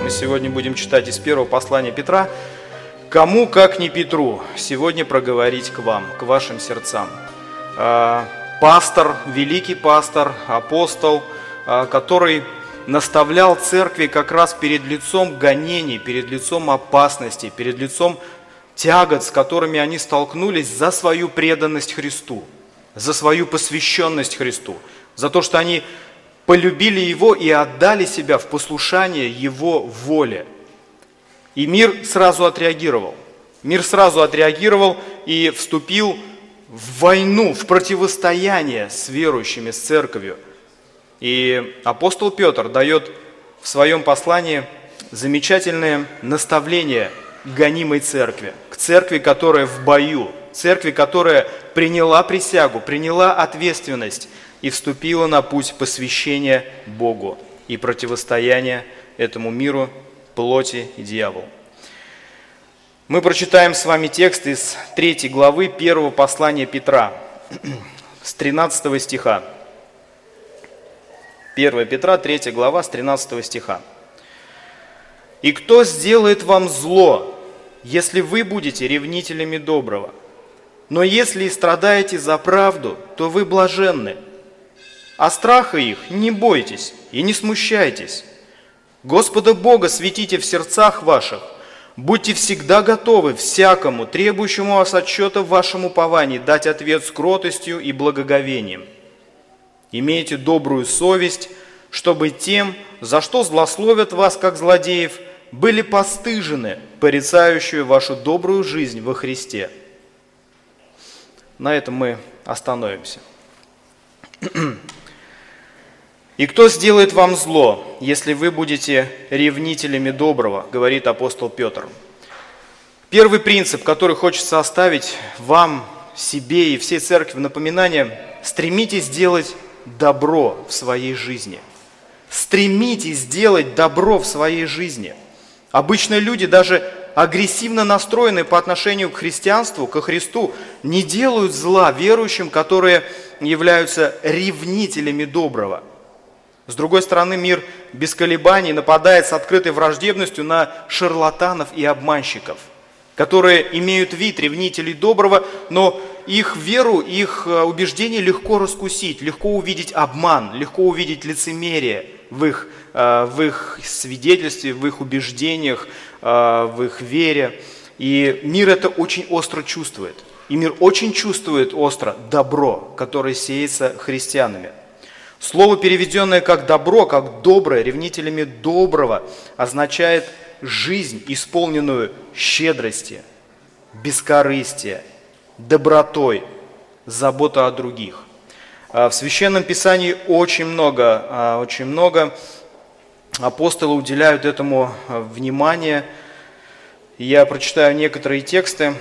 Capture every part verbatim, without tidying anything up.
Мы сегодня будем читать из первого послания Петра. «Кому, как не Петру, сегодня проговорить к вам, к вашим сердцам». Пастор, великий пастор, апостол, который наставлял церкви как раз перед лицом гонений, перед лицом опасности, перед лицом тягот, с которыми они столкнулись за свою преданность Христу, за свою посвященность Христу, за то, что они полюбили Его и отдали себя в послушание Его воле. И мир сразу отреагировал. Мир сразу отреагировал и вступил в войну, в противостояние с верующими, с церковью. И апостол Петр дает в своем послании замечательное наставление гонимой церкви, к церкви, которая в бою, церкви, которая приняла присягу, приняла ответственность и вступила на путь посвящения Богу и противостояния этому миру, плоти и дьяволу. Мы прочитаем с вами текст из третьей главы первого послания Петра, с тринадцатого стиха. первое Петра, третья глава, с тринадцатого стиха. «И кто сделает вам зло, если вы будете ревнителями доброго? Но если и страдаете за правду, то вы блаженны. А страха их не бойтесь и не смущайтесь. Господа Бога светите в сердцах ваших, будьте всегда готовы всякому, требующему вас отчета в вашем уповании, дать ответ с кротостью и благоговением. Имейте добрую совесть, чтобы тем, за что злословят вас, как злодеев, были постыжены, порицающие вашу добрую жизнь во Христе». На этом мы остановимся. «И кто сделает вам зло, если вы будете ревнителями доброго?» говорит апостол Петр. Первый принцип, который хочется оставить вам, себе и всей церкви в напоминание: стремитесь делать добро в своей жизни. Стремитесь делать добро в своей жизни. Обычно люди, даже агрессивно настроенные по отношению к христианству, ко Христу, не делают зла верующим, которые являются ревнителями доброго. С другой стороны, мир без колебаний нападает с открытой враждебностью на шарлатанов и обманщиков, которые имеют вид ревнителей доброго, но их веру, их убеждения легко раскусить, легко увидеть обман, легко увидеть лицемерие в их, в их свидетельстве, в их убеждениях, в их вере. И мир это очень остро чувствует. И мир очень чувствует остро добро, которое сеется христианами. Слово, переведенное как добро, как доброе, ревнителями доброго, означает жизнь, исполненную щедрости, бескорыстия, добротой, забота о других. В Священном Писании очень много, очень много апостолы уделяют этому внимание. Я прочитаю некоторые тексты.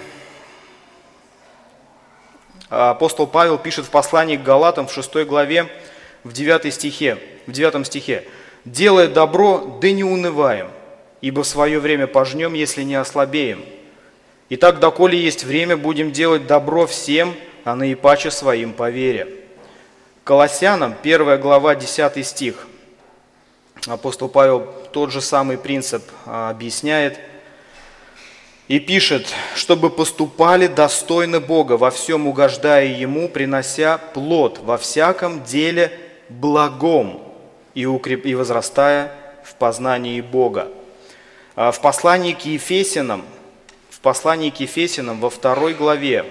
Апостол Павел пишет в послании к Галатам в шестой главе, в девятой стихе, в девятом стихе: «Делая добро, да не унываем, ибо в свое время пожнем, если не ослабеем. Итак, доколе есть время, будем делать добро всем, а наипаче своим по вере». Колоссянам, первая глава, десятый стих. Апостол Павел тот же самый принцип объясняет и пишет: «Чтобы поступали достойно Бога, во всем угождая Ему, принося плод во всяком деле благом и, укреп... и возрастая в познании Бога». В послании к Ефесянам, в послании к Ефесянам во второй главе,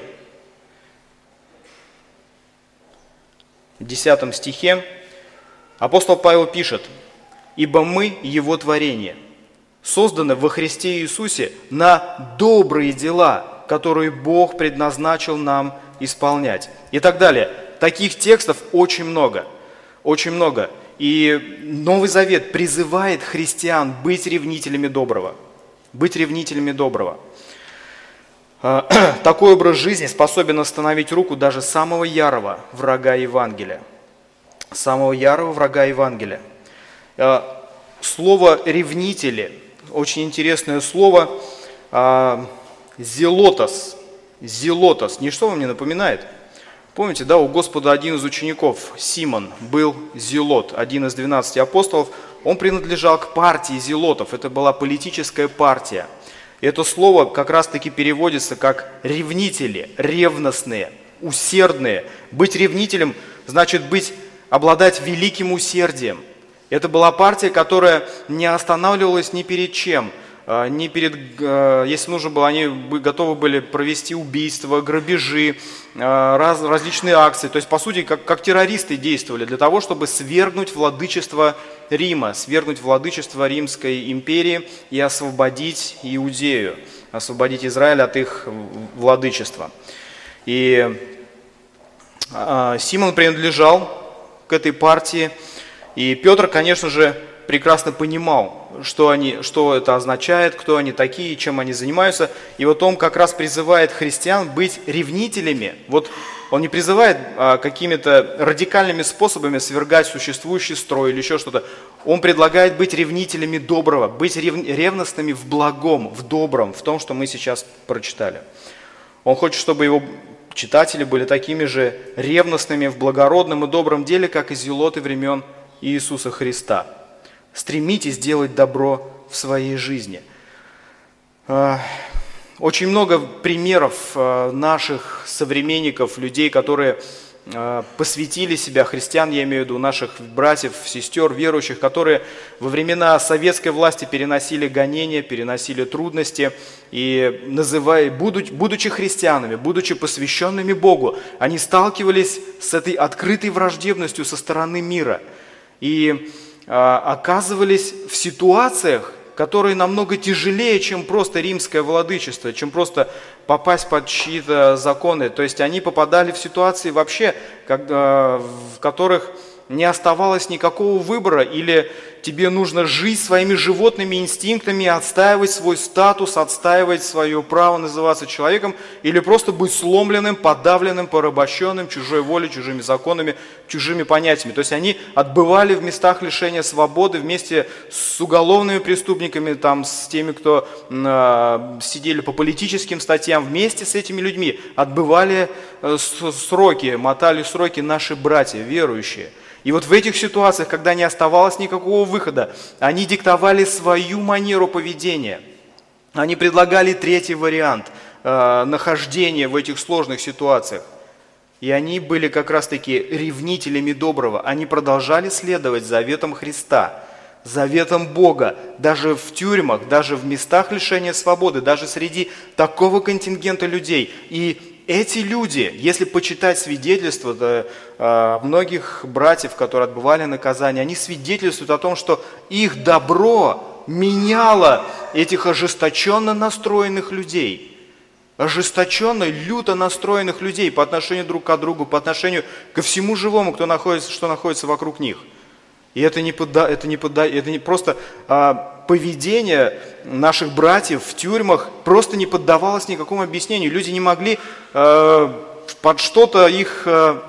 в десятом стихе, апостол Павел пишет: «Ибо мы Его творение, созданы во Христе Иисусе на добрые дела, которые Бог предназначил нам исполнять». И так далее. Таких текстов очень много, очень много. И Новый Завет призывает христиан быть ревнителями доброго, быть ревнителями доброго. Такой образ жизни способен остановить руку даже самого ярого врага Евангелия. Самого ярого врага Евангелия. Слово «ревнители» – очень интересное слово. «Зелотос». Зелотос. Ничто вам не напоминает? Помните, да, у Господа один из учеников, Симон, был зелот, один из двенадцати апостолов, он принадлежал к партии зелотов, это была политическая партия. И это слово как раз-таки переводится как ревнители, ревностные, усердные. Быть ревнителем значит быть, обладать великим усердием. Это была партия, которая не останавливалась ни перед чем. Не перед, если нужно было, они готовы были провести убийства, грабежи, раз, различные акции. То есть, по сути, как, как террористы действовали для того, чтобы свергнуть владычество Рима, свергнуть владычество Римской империи и освободить Иудею, освободить Израиль от их владычества. И Симон принадлежал к этой партии, и Петр, конечно же, прекрасно понимал, что, они, что это означает, кто они такие, чем они занимаются. И вот он как раз призывает христиан быть ревнителями. Вот он не призывает а, какими-то радикальными способами свергать существующий строй или еще что-то. Он предлагает быть ревнителями доброго, быть рев, ревностными в благом, в добром, в том, что мы сейчас прочитали. Он хочет, чтобы его читатели были такими же ревностными в благородном и добром деле, как и зелоты времен Иисуса Христа. Стремитесь делать добро в своей жизни. Очень много примеров наших современников, людей, которые посвятили себя, христиан, я имею в виду, наших братьев, сестер, верующих, которые во времена советской власти переносили гонения, переносили трудности, и называя, будучи христианами, будучи посвященными Богу, они сталкивались с этой открытой враждебностью со стороны мира. И оказывались в ситуациях, которые намного тяжелее, чем просто римское владычество, чем просто попасть под чьи-то законы. То есть они попадали в ситуации вообще, когда, в которых не оставалось никакого выбора, или тебе нужно жить своими животными инстинктами, отстаивать свой статус, отстаивать свое право называться человеком, или просто быть сломленным, подавленным, порабощенным чужой волей, чужими законами, чужими понятиями. То есть они отбывали в местах лишения свободы вместе с уголовными преступниками, там, с теми, кто э, сидели по политическим статьям, вместе с этими людьми отбывали э, сроки, мотали сроки наши братья, верующие. И вот в этих ситуациях, когда не оставалось никакого выхода, они диктовали свою манеру поведения. Они предлагали третий вариант э, нахождения в этих сложных ситуациях. И они были как раз-таки ревнителями доброго. Они продолжали следовать заветам Христа, заветам Бога, даже в тюрьмах, даже в местах лишения свободы, даже среди такого контингента людей. И эти люди, если почитать свидетельства да, э, многих братьев, которые отбывали наказание, они свидетельствуют о том, что их добро меняло этих ожесточенно настроенных людей. Ожесточенно, люто настроенных людей по отношению друг к другу, по отношению ко всему живому, кто находится, что находится вокруг них. И это не, подда, это не, подда, это не просто а, поведение наших братьев в тюрьмах просто не поддавалось никакому объяснению. Люди не могли а, под что-то их а,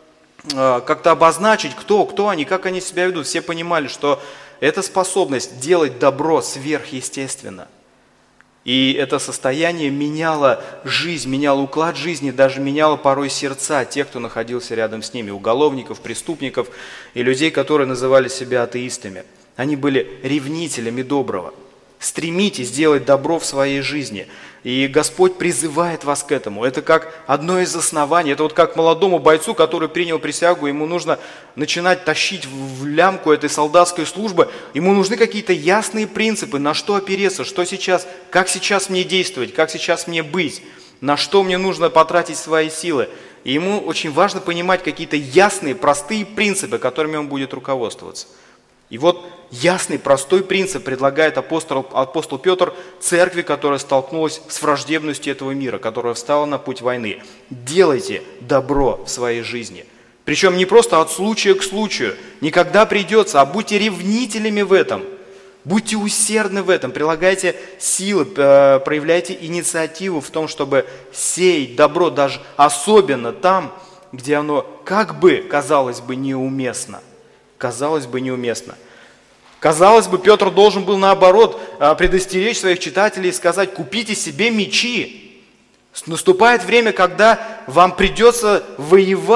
а, как-то обозначить, кто, кто они, как они себя ведут. Все понимали, что эта способность делать добро сверхъестественна. И это состояние меняло жизнь, меняло уклад жизни, даже меняло порой сердца тех, кто находился рядом с ними, уголовников, преступников и людей, которые называли себя атеистами. Они были ревнителями доброго. Стремитесь делать добро в своей жизни. И Господь призывает вас к этому. Это как одно из оснований. Это вот как молодому бойцу, который принял присягу, ему нужно начинать тащить в лямку этой солдатской службы. Ему нужны какие-то ясные принципы, на что опереться, что сейчас, как сейчас мне действовать, как сейчас мне быть, на что мне нужно потратить свои силы. И ему очень важно понимать какие-то ясные, простые принципы, которыми он будет руководствоваться. И вот ясный, простой принцип предлагает апостол, апостол Петр церкви, которая столкнулась с враждебностью этого мира, которая встала на путь войны. Делайте добро в своей жизни. Причем не просто от случая к случаю, не когда придется, а будьте ревнителями в этом. Будьте усердны в этом, прилагайте силы, проявляйте инициативу в том, чтобы сеять добро даже особенно там, где оно как бы, казалось бы, неуместно. Казалось бы, неуместно. Казалось бы, Петр должен был, наоборот, предостеречь своих читателей и сказать: купите себе мечи. Наступает время, когда вам придется воевать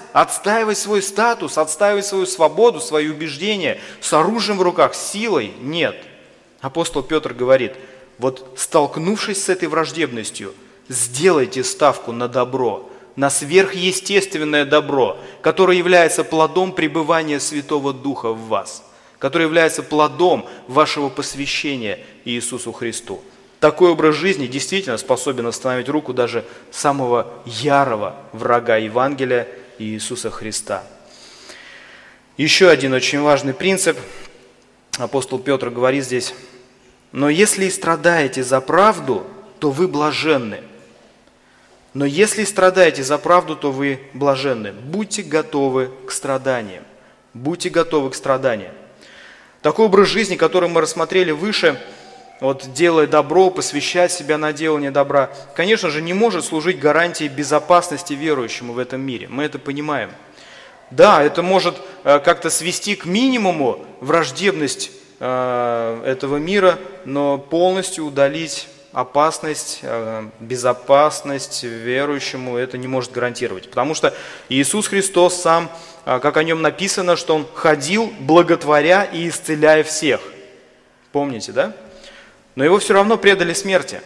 отстаивать свой статус, отстаивать свою свободу, свои убеждения с оружием в руках, с силой. Нет. Апостол Петр говорит, вот столкнувшись с этой враждебностью, сделайте ставку на добро, на сверхъестественное добро, которое является плодом пребывания Святого Духа в вас, которое является плодом вашего посвящения Иисусу Христу. Такой образ жизни действительно способен остановить руку даже самого ярого врага Евангелия Иисуса Христа. Еще один очень важный принцип. Апостол Петр говорит здесь: «Но если и страдаете за правду, то вы блаженны». Но если страдаете за правду, то вы блаженны. Будьте готовы к страданиям. Будьте готовы к страданиям. Такой образ жизни, который мы рассмотрели выше, вот, делая добро, посвящать себя на делание добра, конечно же, не может служить гарантией безопасности верующему в этом мире. Мы это понимаем. Да, это может э, как-то свести к минимуму враждебность э, этого мира, но полностью удалить опасность, безопасность верующему это не может гарантировать. Потому что Иисус Христос сам, как о нем написано, что Он ходил, благотворя и исцеляя всех. Помните, да? Но Его все равно предали смерти.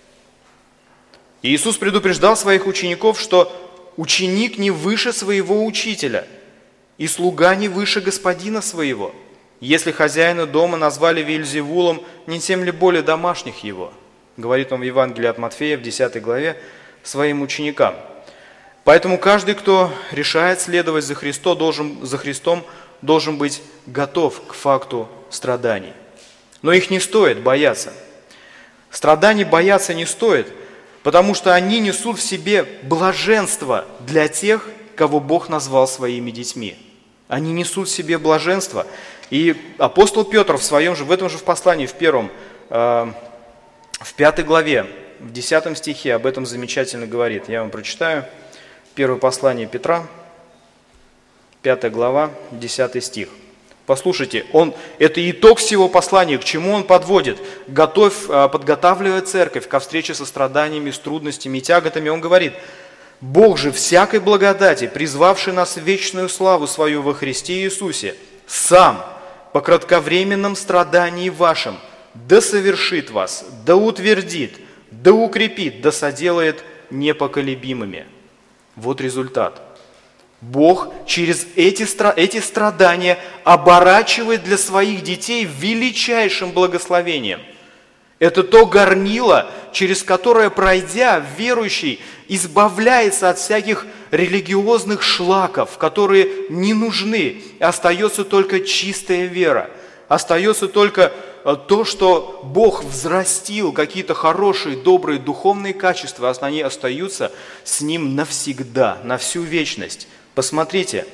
И Иисус предупреждал своих учеников, что ученик не выше своего учителя, и слуга не выше господина своего. Если хозяина дома назвали Вельзевулом, не тем ли более домашних его? Говорит он в Евангелии от Матфея в десятой главе своим ученикам. Поэтому каждый, кто решает следовать за, Христо, должен, за Христом, должен быть готов к факту страданий. Но их не стоит бояться. Страданий бояться не стоит, потому что они несут в себе блаженство для тех, кого Бог назвал своими детьми. Они несут в себе блаженство. И апостол Петр в своем же, в этом же в послании, в первом, э, в пятой главе, в десятом стихе об этом замечательно говорит. Я вам прочитаю. Первое послание Петра, пятая глава, десятый стих. Послушайте, он, это итог всего послания, к чему он подводит. Готовь, подготавливая церковь ко встрече со страданиями, с трудностями и тяготами, он говорит: «Бог же всякой благодати, призвавший нас в вечную славу свою во Христе Иисусе, сам по кратковременном страдании вашим да совершит вас, да утвердит, да укрепит, да соделает непоколебимыми». Вот результат. Бог через эти, эти страдания оборачивает для своих детей величайшим благословением. Это то горнило, через которое, пройдя, верующий избавляется от всяких религиозных шлаков, которые не нужны. Остается только чистая вера. Остается только то, что Бог взрастил, какие-то хорошие, добрые, духовные качества, они остаются с Ним навсегда, на всю вечность. Посмотрите,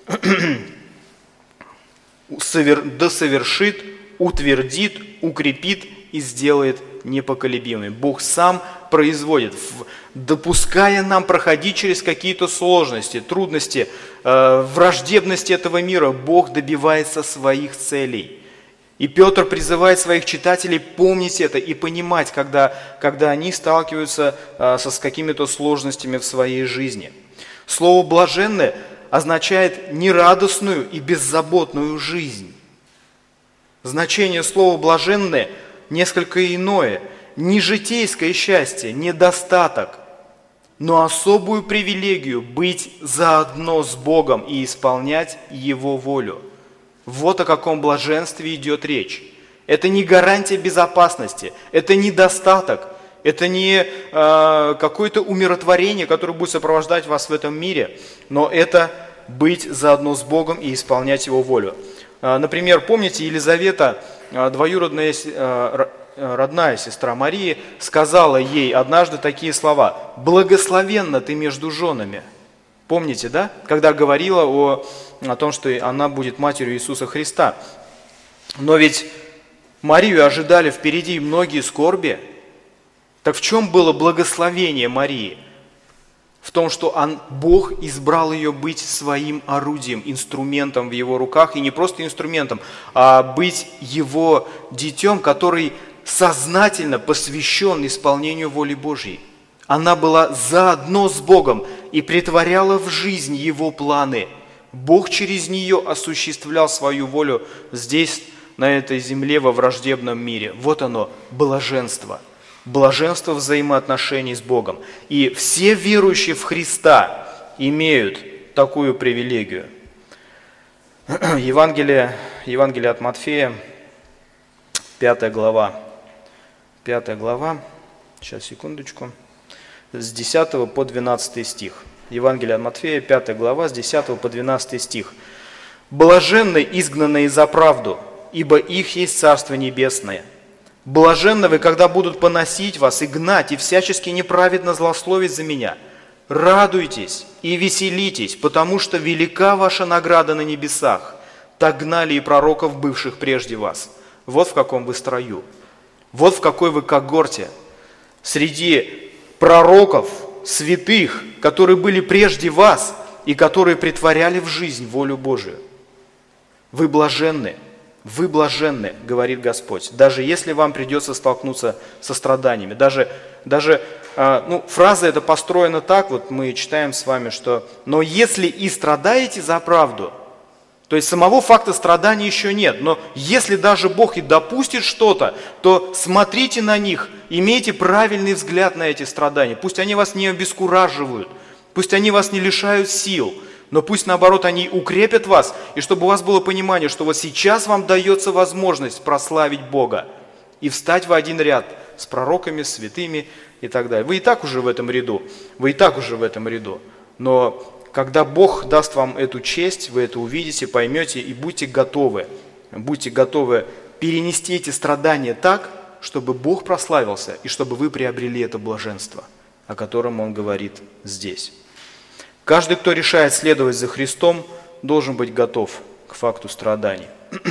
да совершит, утвердит, укрепит и сделает непоколебимым. Бог сам производит, допуская нам проходить через какие-то сложности, трудности, враждебности этого мира, Бог добивается своих целей. И Петр призывает своих читателей помнить это и понимать, когда, когда они сталкиваются а, со, с какими-то сложностями в своей жизни. Слово «блаженное» означает нерадостную и беззаботную жизнь. Значение слова «блаженное» несколько иное. Не житейское счастье, не достаток, но особую привилегию быть заодно с Богом и исполнять Его волю. Вот о каком блаженстве идет речь. Это не гарантия безопасности, это не достаток, это не э, какое-то умиротворение, которое будет сопровождать вас в этом мире, но это быть заодно с Богом и исполнять Его волю. Э, например, помните, Елизавета, э, двоюродная э, родная сестра Марии, сказала ей однажды такие слова: «Благословенна ты между женами». Помните, да? Когда говорила о, о том, что она будет матерью Иисуса Христа. Но ведь Марию ожидали впереди многие скорби. Так в чем было благословение Марии? В том, что он, Бог избрал ее быть своим орудием, инструментом в его руках. И не просто инструментом, а быть его детем, который сознательно посвящен исполнению воли Божьей. Она была заодно с Богом. и притворяла в жизнь Его планы. Бог через нее осуществлял свою волю здесь, на этой земле, во враждебном мире. Вот оно, блаженство. Блаженство взаимоотношений с Богом. И все верующие в Христа имеют такую привилегию. Евангелие, Евангелие от Матфея, пятая глава. Пятая глава, сейчас, секундочку, с десятого по двенадцатый стих. Евангелие от Матфея, пятая глава, с десятого по двенадцатый стих. «Блаженны изгнанные за правду, ибо их есть Царство Небесное. Блаженны вы, когда будут поносить вас и гнать, и всячески неправедно злословить за меня. Радуйтесь и веселитесь, потому что велика ваша награда на небесах. Так гнали и пророков, бывших прежде вас». Вот в каком вы строю. Вот в какой вы когорте. Среди пророков, святых, которые были прежде вас и которые притворяли в жизнь волю Божию. Вы блаженны. Вы блаженны, говорит Господь, даже если вам придется столкнуться со страданиями. Даже, даже ну, фраза эта построена так, вот мы читаем с вами, что «но если и страдаете за правду», то есть самого факта страдания еще нет, но если даже Бог и допустит что-то, то смотрите на них, имейте правильный взгляд на эти страдания. Пусть они вас не обескураживают, пусть они вас не лишают сил, но пусть, наоборот, они укрепят вас, и чтобы у вас было понимание, что вот сейчас вам дается возможность прославить Бога и встать в один ряд с пророками, с святыми и так далее. Вы и так уже в этом ряду, вы и так уже в этом ряду, но когда Бог даст вам эту честь, вы это увидите, поймете и будьте готовы, будьте готовы перенести эти страдания так, чтобы Бог прославился и чтобы вы приобрели это блаженство, о котором Он говорит здесь. Каждый, кто решает следовать за Христом, должен быть готов к факту страданий.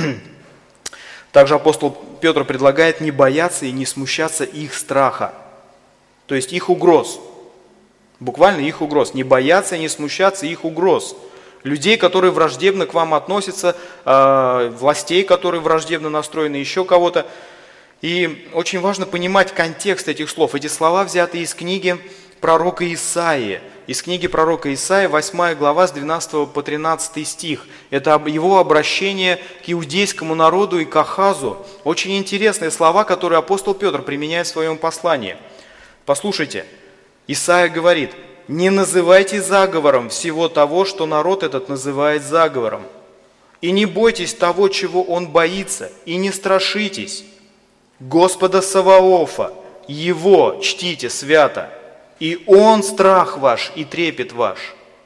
Также апостол Петр предлагает не бояться и не смущаться их страха, то есть их угроз. Буквально их угроз. Не бояться и не смущаться их угроз. Людей, которые враждебно к вам относятся, э, властей, которые враждебно настроены, еще кого-то. И очень важно понимать контекст этих слов. Эти слова взяты из книги пророка Исаии. Из книги пророка Исаии, восьмая глава, с двенадцатого по тринадцатый стих. Это его обращение к иудейскому народу и к Ахазу. Очень интересные слова, которые апостол Петр применяет в своем послании. Послушайте. Исаия говорит: «Не называйте заговором всего того, что народ этот называет заговором. И не бойтесь того, чего он боится, и не страшитесь. Господа Саваофа, Его чтите свято, и Он страх ваш и трепет ваш».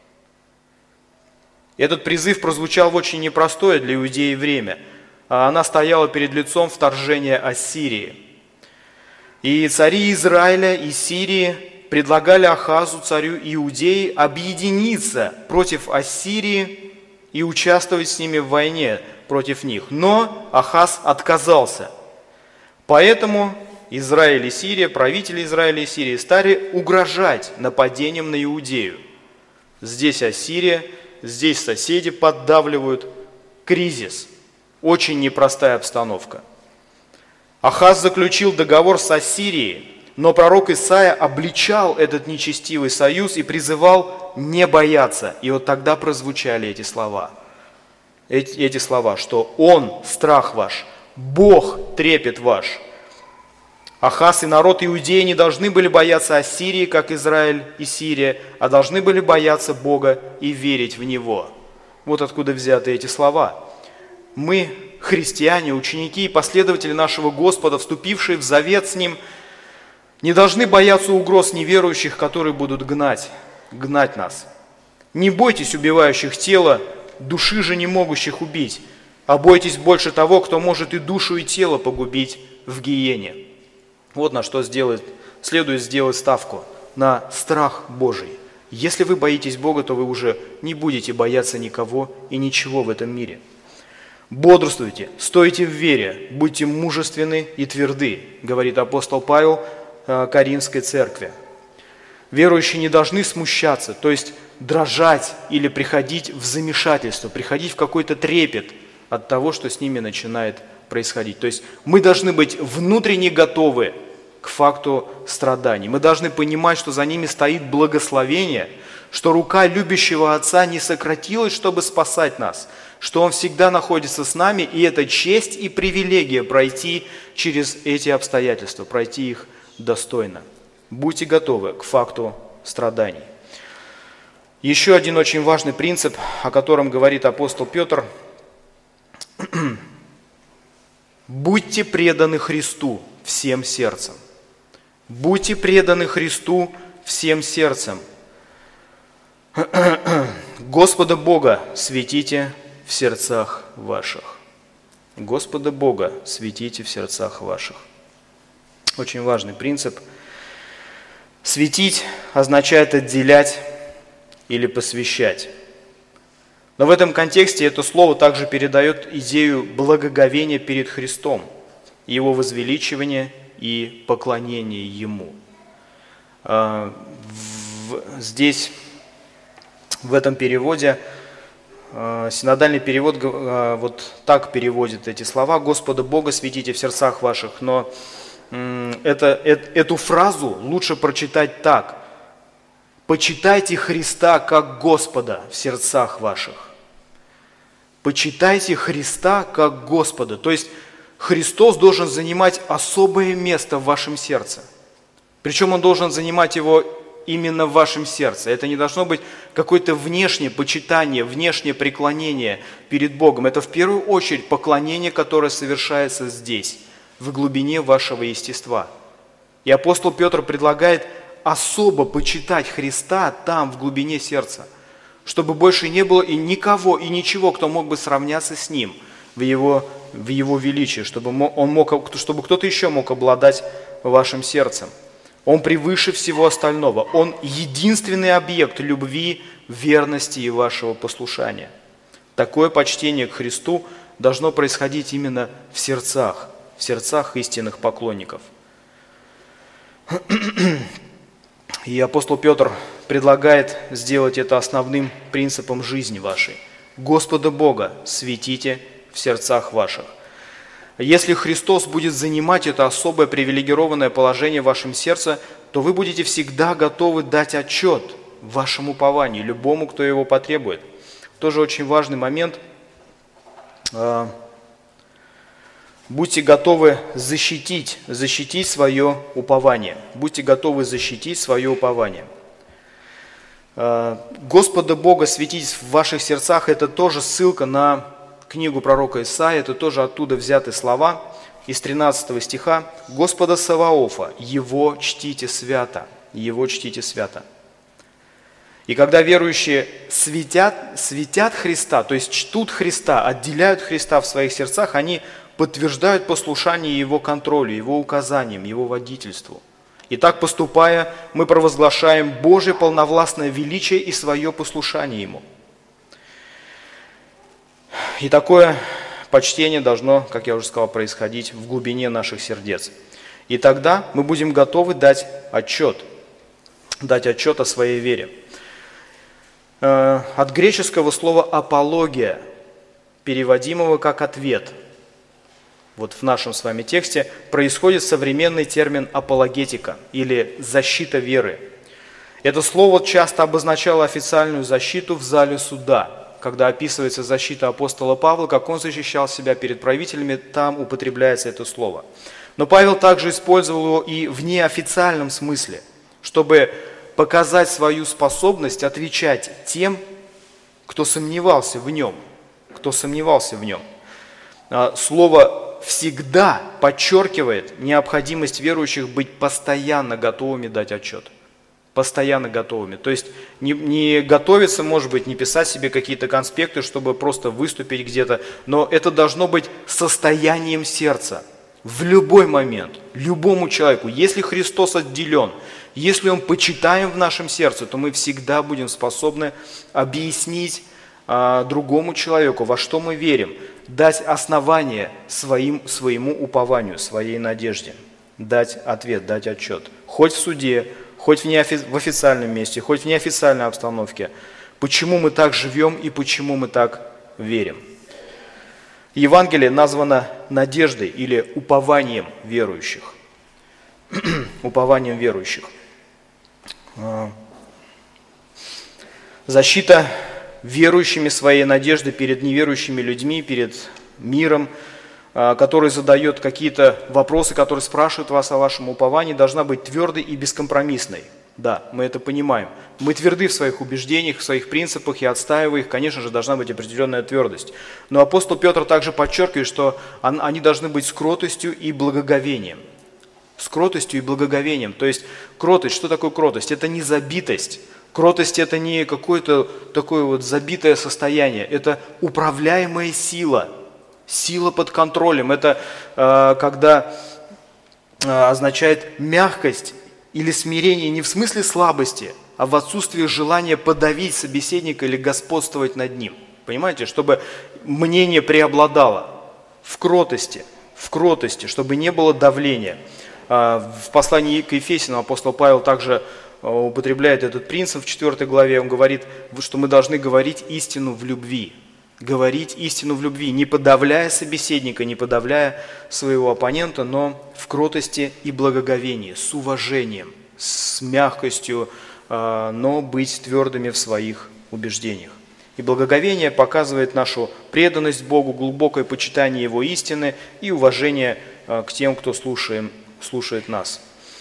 Этот призыв прозвучал в очень непростое для иудеи время. Она стояла перед лицом вторжения Ассирии. И цари Израиля и Сирии предлагали Ахазу, царю Иудеи, объединиться против Ассирии и участвовать с ними в войне против них. Но Ахаз отказался. Поэтому Израиль и Сирия, правители Израиля и Сирии, стали угрожать нападением на Иудею. Здесь Ассирия, здесь соседи поддавливают. Кризис. Очень непростая обстановка. Ахаз заключил договор с Ассирией, но пророк Исаия обличал этот нечестивый союз и призывал не бояться. И вот тогда прозвучали эти слова. Эти, эти слова, что Он страх ваш, Бог трепет ваш. Ахаз и народ Иудеи не должны были бояться Ассирии, как Израиль и Сирия, а должны были бояться Бога и верить в Него. Вот откуда взяты эти слова. Мы, христиане, ученики и последователи нашего Господа, вступившие в завет с Ним, не должны бояться угроз неверующих, которые будут гнать, гнать нас. Не бойтесь убивающих тело, души же не могущих убить, а бойтесь больше того, кто может и душу, и тело погубить в гиене. Вот на что сделать, следует сделать ставку, на страх Божий. Если вы боитесь Бога, то вы уже не будете бояться никого и ничего в этом мире. Бодрствуйте, стойте в вере, будьте мужественны и тверды, говорит апостол Павел Коринфской церкви. Верующие не должны смущаться, то есть дрожать или приходить в замешательство, приходить в какой-то трепет от того, что с ними начинает происходить. То есть мы должны быть внутренне готовы к факту страданий. Мы должны понимать, что за ними стоит благословение, что рука любящего Отца не сократилась, чтобы спасать нас, что Он всегда находится с нами, и это честь и привилегия пройти через эти обстоятельства, пройти их достойно. Будьте готовы к факту страданий. Еще один очень важный принцип, о котором говорит апостол Петр. Будьте преданы Христу всем сердцем. Будьте преданы Христу всем сердцем. Господа Бога светите в сердцах ваших. Господа Бога светите в сердцах ваших. Очень важный принцип. Светить означает отделять или посвящать. Но в этом контексте это слово также передает идею благоговения перед Христом, Его возвеличивания и поклонения Ему. Здесь, в этом переводе, синодальный перевод вот так переводит эти слова: «Господа Бога светите в сердцах ваших», но это, эту фразу лучше прочитать так: «Почитайте Христа как Господа в сердцах ваших». Почитайте Христа как Господа. То есть Христос должен занимать особое место в вашем сердце. Причем Он должен занимать его именно в вашем сердце. Это не должно быть какое-то внешнее почитание, внешнее преклонение перед Богом. Это в первую очередь поклонение, которое совершается здесь, в глубине вашего естества. И апостол Петр предлагает особо почитать Христа там, в глубине сердца, чтобы больше не было и никого, и ничего, кто мог бы сравняться с Ним в Его, в его величии, чтобы, он мог, чтобы кто-то еще мог обладать вашим сердцем. Он превыше всего остального. Он единственный объект любви, верности и вашего послушания. Такое почтение к Христу должно происходить именно в сердцах, в сердцах истинных поклонников. И апостол Петр предлагает сделать это основным принципом жизни вашей. Господа Бога светите в сердцах ваших. Если Христос будет занимать это особое привилегированное положение в вашем сердце, то вы будете всегда готовы дать отчет вашему упованию, любому, кто его потребует. Тоже очень важный момент. Будьте готовы защитить, защитить свое упование. Будьте готовы защитить свое упование. Господа Бога светить в ваших сердцах – это тоже ссылка на книгу пророка Исаии, это тоже оттуда взяты слова из тринадцатого стиха. «Господа Саваофа, Его чтите свято, Его чтите свято». И когда верующие светят, светят Христа, то есть чтут Христа, отделяют Христа в своих сердцах, они подтверждают послушание Его контролю, Его указаниям, Его водительству. И так поступая, мы провозглашаем Божие полновластное величие и свое послушание Ему. И такое почтение должно, как я уже сказал, происходить в глубине наших сердец. И тогда мы будем готовы дать отчет, дать отчет о своей вере. От греческого слова «апология», переводимого как «ответ», вот в нашем с вами тексте, происходит современный термин «апологетика» или «защита веры». Это слово часто обозначало официальную защиту в зале суда. Когда описывается защита апостола Павла, как он защищал себя перед правителями, там употребляется это слово. Но Павел также использовал его и в неофициальном смысле, чтобы показать свою способность отвечать тем, кто сомневался в нем, кто сомневался в нем. Слово «всегда» подчеркивает необходимость верующих быть постоянно готовыми дать отчет. Постоянно готовыми. То есть не, не готовиться, может быть, не писать себе какие-то конспекты, чтобы просто выступить где-то, но это должно быть состоянием сердца. В любой момент, любому человеку, если Христос отделен, если Он почитаем в нашем сердце, то мы всегда будем способны объяснить а, другому человеку, во что мы верим, дать основание своим, своему упованию, своей надежде, дать ответ, дать отчет. Хоть в суде, хоть в, неофи- в официальном месте, хоть в неофициальной обстановке. Почему мы так живем и почему мы так верим. Евангелие названо надеждой или упованием верующих. упованием верующих. Защита верующими своей надежды перед неверующими людьми, перед миром, который задает какие-то вопросы, который спрашивает вас о вашем уповании, должна быть твердой и бескомпромиссной. Да, мы это понимаем. Мы тверды в своих убеждениях, в своих принципах и отстаивая их, конечно же, должна быть определенная твердость. Но апостол Петр также подчеркивает, что они должны быть с кротостью и благоговением. С кротостью и благоговением. То есть кротость, что такое кротость? Это не забитость. Кротость – это не какое-то такое вот забитое состояние. Это управляемая сила. Сила под контролем. Это э, когда э, означает мягкость или смирение не в смысле слабости, а в отсутствии желания подавить собеседника или господствовать над ним. Понимаете? Чтобы мнение преобладало в кротости, в кротости, чтобы не было давления. В послании к Ефесянам апостол Павел также употребляет этот принцип в четвёртой главе. Он говорит, что мы должны говорить истину в любви. Говорить истину в любви, не подавляя собеседника, не подавляя своего оппонента, но в кротости и благоговении, с уважением, с мягкостью, но быть твердыми в своих убеждениях. И благоговение показывает нашу преданность Богу, глубокое почитание Его истины и уважение к тем, кто слушает, слушает нас.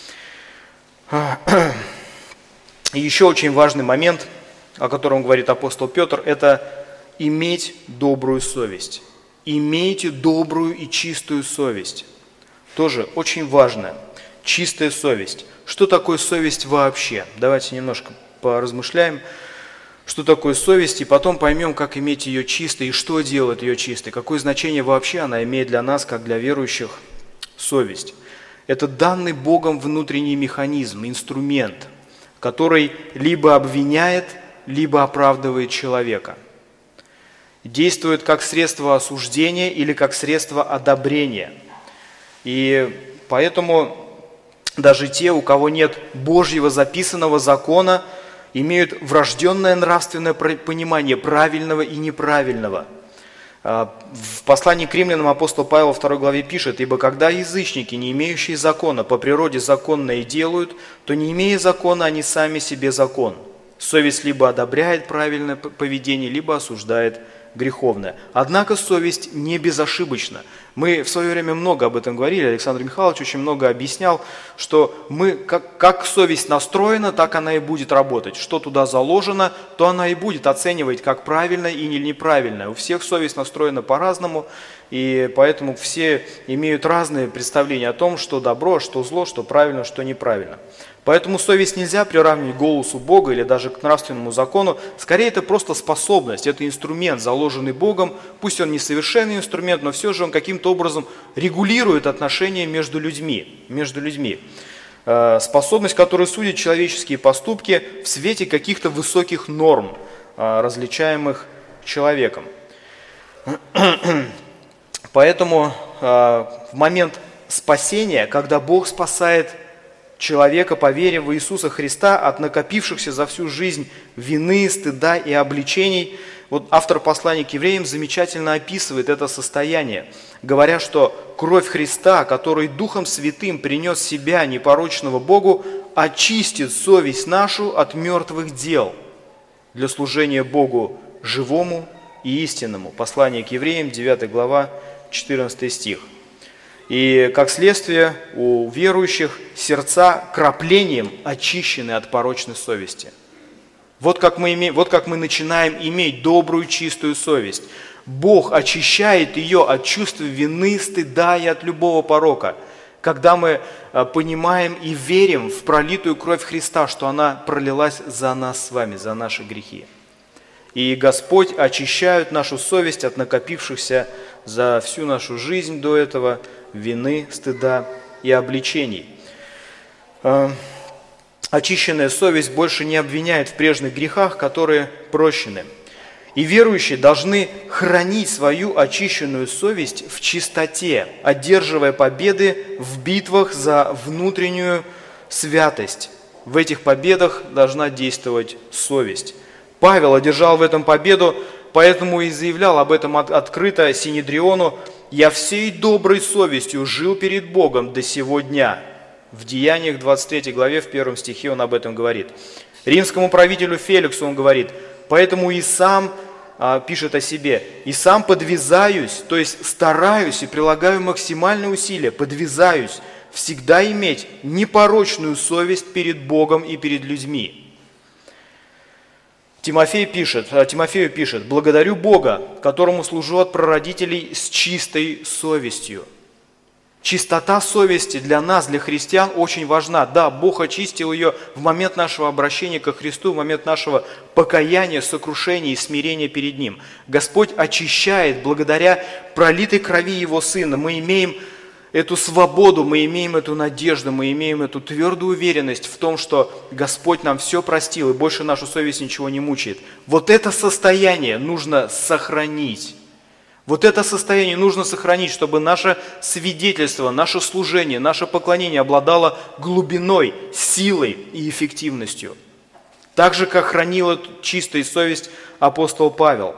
И еще очень важный момент, о котором говорит апостол Петр, это иметь добрую совесть. Имейте добрую и чистую совесть. Тоже очень важно. Чистая совесть. Что такое совесть вообще? Давайте немножко поразмышляем, что такое совесть, и потом поймем, как иметь ее чистой, и что делает ее чистой, какое значение вообще она имеет для нас, как для верующих, совесть. Это данный Богом внутренний механизм, инструмент, который либо обвиняет, либо оправдывает человека. Действует как средство осуждения или как средство одобрения. И поэтому даже те, у кого нет Божьего записанного закона, имеют врожденное нравственное понимание правильного и неправильного. В послании к римлянам апостол Павел во второй главе пишет: «Ибо когда язычники, не имеющие закона, по природе законное делают, то не имея закона, они сами себе закон. Совесть либо одобряет правильное поведение, либо осуждает греховное». Однако совесть не безошибочна. Мы в свое время много об этом говорили, Александр Михайлович очень много объяснял, что мы, как, как совесть настроена, так она и будет работать. Что туда заложено, то она и будет оценивать, как правильно и неправильно. У всех совесть настроена по-разному, и поэтому все имеют разные представления о том, что добро, что зло, что правильно, что неправильно. Поэтому совесть нельзя приравнивать к голосу Бога или даже к нравственному закону. Скорее, это просто способность, это инструмент, заложенный Богом. Пусть он не совершенный инструмент, но все же он каким-то образом регулирует отношения между людьми. Между людьми. Способность, которая судит человеческие поступки в свете каких-то высоких норм, различаемых человеком. Поэтому в момент спасения, когда Бог спасает человека по вере в Иисуса Христа от накопившихся за всю жизнь вины, стыда и обличений, вот автор послания к евреям замечательно описывает это состояние, говоря, что кровь Христа, который Духом Святым принес себя непорочного Богу, очистит совесть нашу от мертвых дел для служения Богу живому и истинному. Послание к евреям, девятая глава, четырнадцатый стих. И, как следствие, у верующих сердца краплением очищены от порочной совести. Вот как мы, имеем, вот как мы начинаем иметь добрую, чистую совесть. Бог очищает ее от чувства вины, стыда и от любого порока. Когда мы понимаем и верим в пролитую кровь Христа, что она пролилась за нас с вами, за наши грехи. И Господь очищает нашу совесть от накопившихся за всю нашу жизнь до этого вины, стыда и обличений. Очищенная совесть больше не обвиняет в прежних грехах, которые прощены. И верующие должны хранить свою очищенную совесть в чистоте, одерживая победы в битвах за внутреннюю святость. В этих победах должна действовать совесть. Павел одержал в этом победу, поэтому и заявлял об этом открыто Синедриону: «Я всей доброй совестью жил перед Богом до сего дня». В Деяниях двадцать третьей главе, в первом стихе он об этом говорит. Римскому правителю Феликсу он говорит: «Поэтому и сам, а, пишет о себе, и сам подвязаюсь, то есть стараюсь и прилагаю максимальные усилия, подвязаюсь всегда иметь непорочную совесть перед Богом и перед людьми». Тимофей пишет, Тимофею пишет: «Благодарю Бога, которому служу от прародителей с чистой совестью». Чистота совести для нас, для христиан, очень важна. Да, Бог очистил ее в момент нашего обращения ко Христу, в момент нашего покаяния, сокрушения и смирения перед Ним. Господь очищает благодаря пролитой крови Его Сына. Мы имеем эту свободу, мы имеем эту надежду, мы имеем эту твердую уверенность в том, что Господь нам все простил и больше нашу совесть ничего не мучает. Вот это состояние нужно сохранить. Вот это состояние нужно сохранить, чтобы наше свидетельство, наше служение, наше поклонение обладало глубиной, силой и эффективностью. Так же, как хранил эту чистую совесть апостол Павел.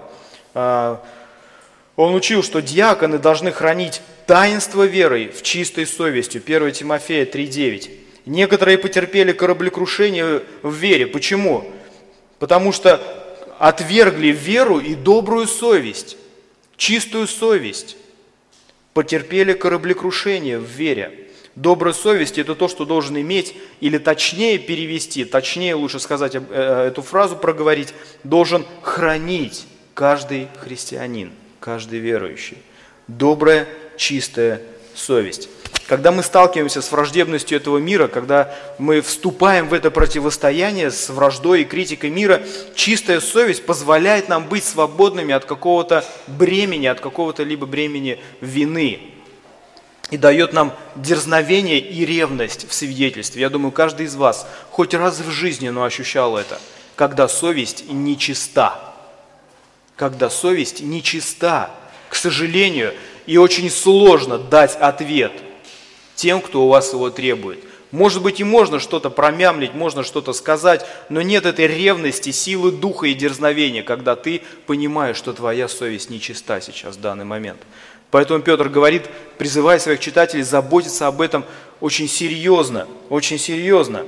Он учил, что диаконы должны хранить таинство веры в чистой совестью. первое Тимофея три девять. Некоторые потерпели кораблекрушение в вере. Почему? Потому что отвергли веру и добрую совесть. Чистую совесть, потерпели кораблекрушение в вере. Добрая совесть – это то, что должен иметь, или точнее перевести, точнее лучше сказать, эту фразу проговорить, должен хранить каждый христианин, каждый верующий. Добрая, чистая совесть. Когда мы сталкиваемся с враждебностью этого мира, когда мы вступаем в это противостояние с враждой и критикой мира, чистая совесть позволяет нам быть свободными от какого-то бремени, от какого-то либо бремени вины. И дает нам дерзновение и ревность в свидетельстве. Я думаю, каждый из вас хоть раз в жизни, но ощущал это, когда совесть нечиста. Когда совесть нечиста, к сожалению, и очень сложно дать ответ тем, кто у вас его требует. Может быть, и можно что-то промямлить, можно что-то сказать, но нет этой ревности, силы духа и дерзновения, когда ты понимаешь, что твоя совесть нечиста сейчас, в данный момент. Поэтому Петр говорит, призывая своих читателей заботиться об этом очень серьезно, очень серьезно.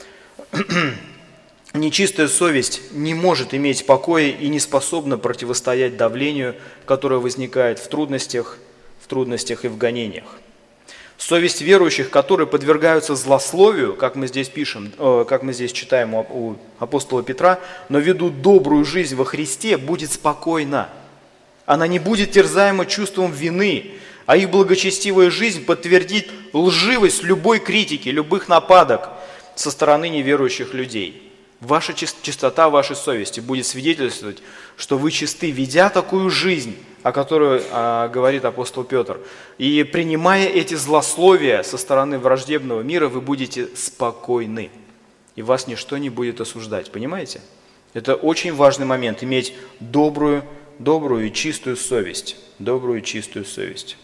Нечистая совесть не может иметь покоя и не способна противостоять давлению, которое возникает в трудностях, в трудностях и в гонениях. Совесть верующих, которые подвергаются злословию, как мы здесь пишем, э, как мы здесь читаем у, у апостола Петра, но ведут добрую жизнь во Христе, будет спокойна. Она не будет терзаема чувством вины, а их благочестивая жизнь подтвердит лживость любой критики, любых нападок со стороны неверующих людей. Ваша чистота вашей совести будет свидетельствовать, что вы чисты, ведя такую жизнь, о которой а, говорит апостол Петр. И принимая эти злословия со стороны враждебного мира, вы будете спокойны. И вас ничто не будет осуждать. Понимаете? Это очень важный момент, иметь добрую, добрую и чистую совесть. Добрую и чистую совесть.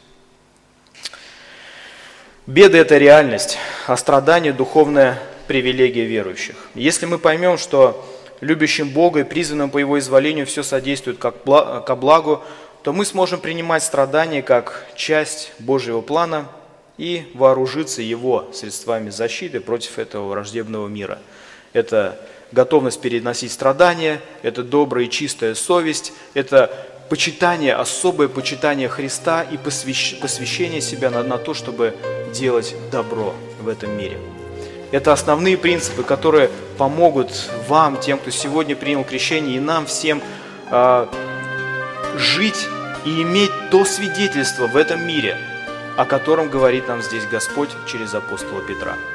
Беды – это реальность, а страдание – духовная привилегия верующих. Если мы поймем, что любящим Бога и призванным по Его изволению все содействует как ко благу, то мы сможем принимать страдания как часть Божьего плана и вооружиться Его средствами защиты против этого враждебного мира. Это готовность переносить страдания, это добрая и чистая совесть, это почитание, особое почитание Христа и посвящ, посвящение себя на, на то, чтобы делать добро в этом мире. Это основные принципы, которые помогут вам, тем, кто сегодня принял крещение, и нам всем э, жить и иметь то свидетельство в этом мире, о котором говорит нам здесь Господь через апостола Петра.